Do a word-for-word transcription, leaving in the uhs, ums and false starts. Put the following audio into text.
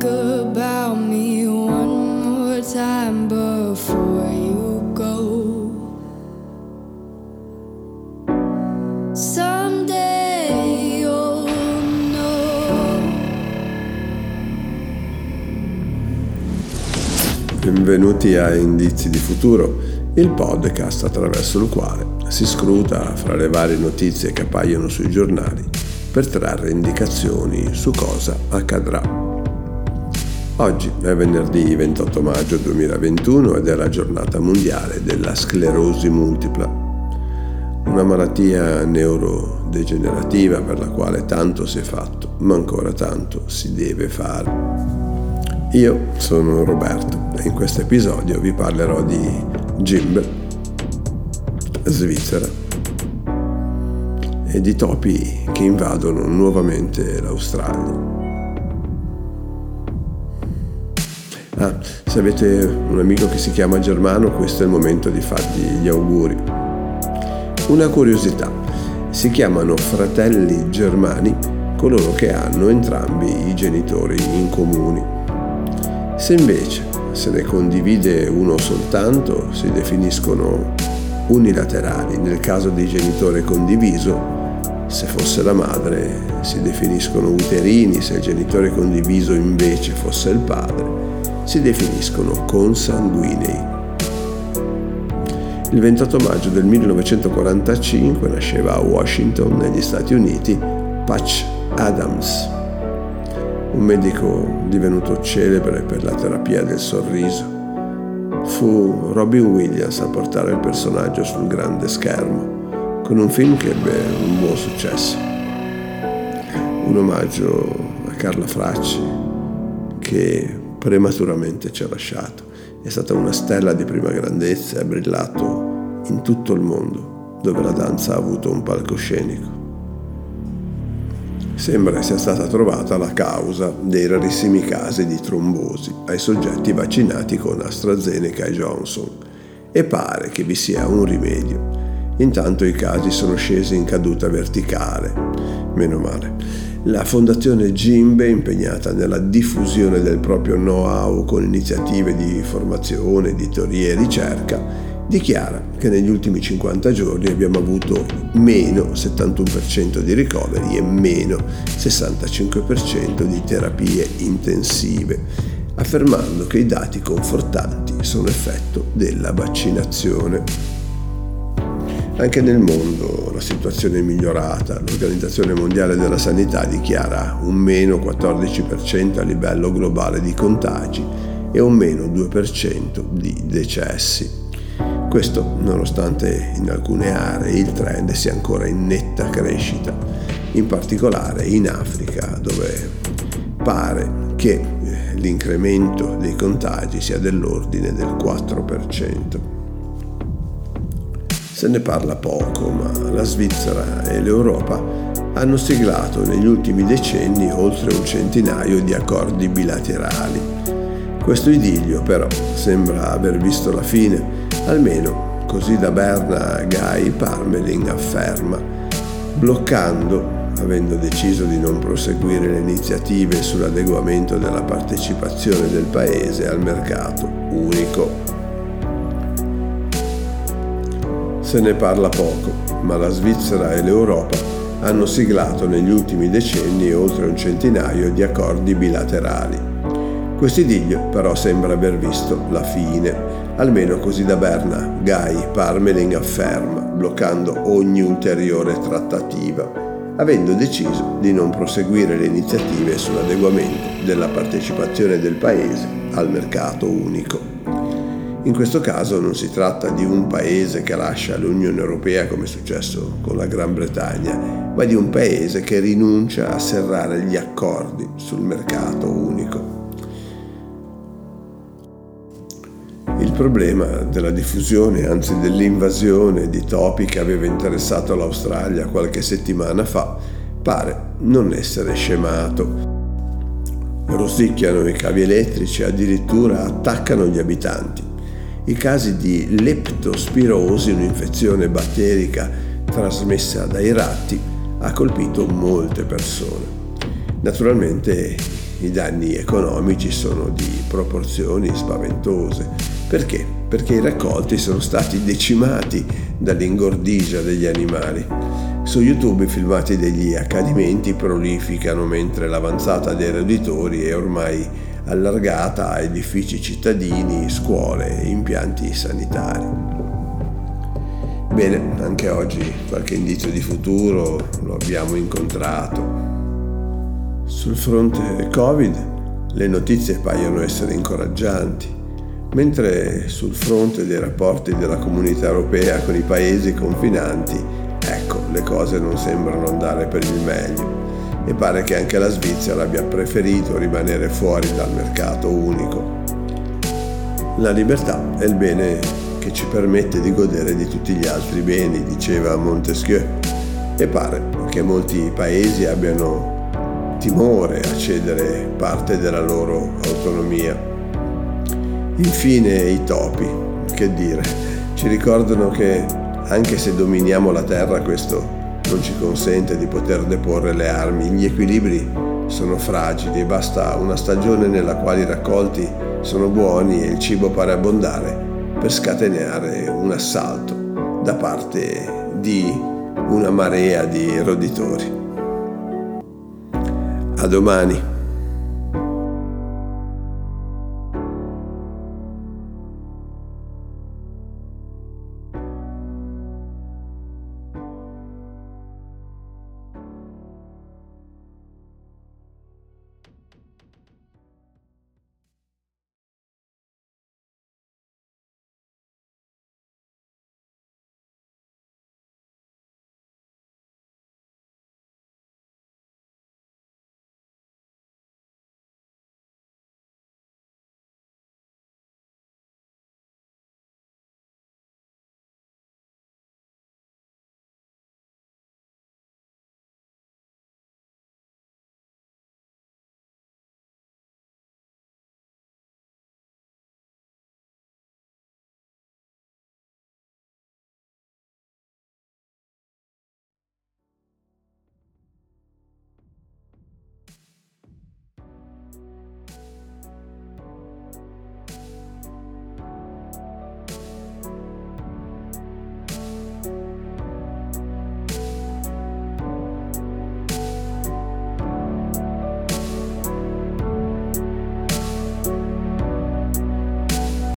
think about me one more time before you go. Someday you'll know. Benvenuti a Indizi di Futuro, il podcast attraverso il quale si scruta fra le varie notizie che appaiono sui giornali per trarre indicazioni su cosa accadrà. Oggi è venerdì ventotto maggio duemilaventuno ed è la giornata mondiale della sclerosi multipla, una malattia neurodegenerativa per la quale tanto si è fatto, ma ancora tanto si deve fare. Io sono Roberto e in questo episodio vi parlerò di Jimbe, Svizzera, e di topi che invadono nuovamente l'Australia. Ah, se avete un amico che si chiama Germano, questo è il momento di fargli gli auguri. Una curiosità: si chiamano fratelli germani coloro che hanno entrambi i genitori in comune. Se invece se ne condivide uno soltanto, si definiscono unilaterali. Nel caso di genitore condiviso, se fosse la madre, si definiscono uterini. Se il genitore condiviso invece fosse il padre, si definiscono consanguinei. Il ventotto maggio del millenovecentoquarantacinque nasceva a Washington, negli Stati Uniti, Patch Adams, un medico divenuto celebre per la terapia del sorriso. Fu Robin Williams a portare il personaggio sul grande schermo, con un film che ebbe un buon successo. Un omaggio a Carla Fracci, che prematuramente ci ha lasciato. È stata una stella di prima grandezza e ha brillato in tutto il mondo, dove la danza ha avuto un palcoscenico. Sembra sia stata trovata la causa dei rarissimi casi di trombosi ai soggetti vaccinati con AstraZeneca e Johnson, e pare che vi sia un rimedio. Intanto i casi sono scesi in caduta verticale, meno male. La fondazione Jimbe, impegnata nella diffusione del proprio know-how con iniziative di formazione, editoria e ricerca, dichiara che negli ultimi cinquanta giorni abbiamo avuto meno settantuno per cento di ricoveri e meno sessantacinque per cento di terapie intensive, affermando che i dati confortanti sono effetto della vaccinazione. Anche nel mondo la situazione è migliorata. L'Organizzazione Mondiale della Sanità dichiara un meno quattordici per cento a livello globale di contagi e un meno due per cento di decessi. Questo nonostante in alcune aree il trend sia ancora in netta crescita, in particolare in Africa, dove pare che l'incremento dei contagi sia dell'ordine del quattro per cento. Se ne parla poco, ma la Svizzera e l'Europa hanno siglato negli ultimi decenni oltre un centinaio di accordi bilaterali. Questo idillio però sembra aver visto la fine, almeno così da Berna Guy Parmelin afferma, bloccando, avendo deciso di non proseguire le iniziative sull'adeguamento della partecipazione del paese al mercato unico. Se ne parla poco, ma la Svizzera e l'Europa hanno siglato negli ultimi decenni oltre un centinaio di accordi bilaterali. Quest'idillio però sembra aver visto la fine, almeno così da Berna Guy Parmelin afferma, bloccando ogni ulteriore trattativa, avendo deciso di non proseguire le iniziative sull'adeguamento della partecipazione del paese al mercato unico. In questo caso non si tratta di un paese che lascia l'Unione Europea, come è successo con la Gran Bretagna, ma di un paese che rinuncia a serrare gli accordi sul mercato unico. Il problema della diffusione, anzi dell'invasione di topi che aveva interessato l'Australia qualche settimana fa, pare non essere scemato. Rosicchiano i cavi elettrici e addirittura attaccano gli abitanti. I casi di leptospirosi, un'infezione batterica trasmessa dai ratti, ha colpito molte persone. Naturalmente i danni economici sono di proporzioni spaventose. Perché? Perché i raccolti sono stati decimati dall'ingordigia degli animali. Su YouTube i filmati degli accadimenti prolificano mentre l'avanzata dei roditori è ormai allargata a edifici cittadini, scuole e impianti sanitari. Bene, anche oggi qualche indizio di futuro lo abbiamo incontrato. Sul fronte Covid le notizie paiono essere incoraggianti, mentre sul fronte dei rapporti della comunità europea con i paesi confinanti, ecco, le cose non sembrano andare per il meglio e pare che anche la Svizzera abbia preferito rimanere fuori dal mercato unico. La libertà è il bene che ci permette di godere di tutti gli altri beni, diceva Montesquieu, e pare che molti paesi abbiano timore a cedere parte della loro autonomia. Infine i topi, che dire, ci ricordano che anche se dominiamo la terra questo non ci consente di poter deporre le armi, gli equilibri sono fragili e basta una stagione nella quale i raccolti sono buoni e il cibo pare abbondare per scatenare un assalto da parte di una marea di roditori. A domani.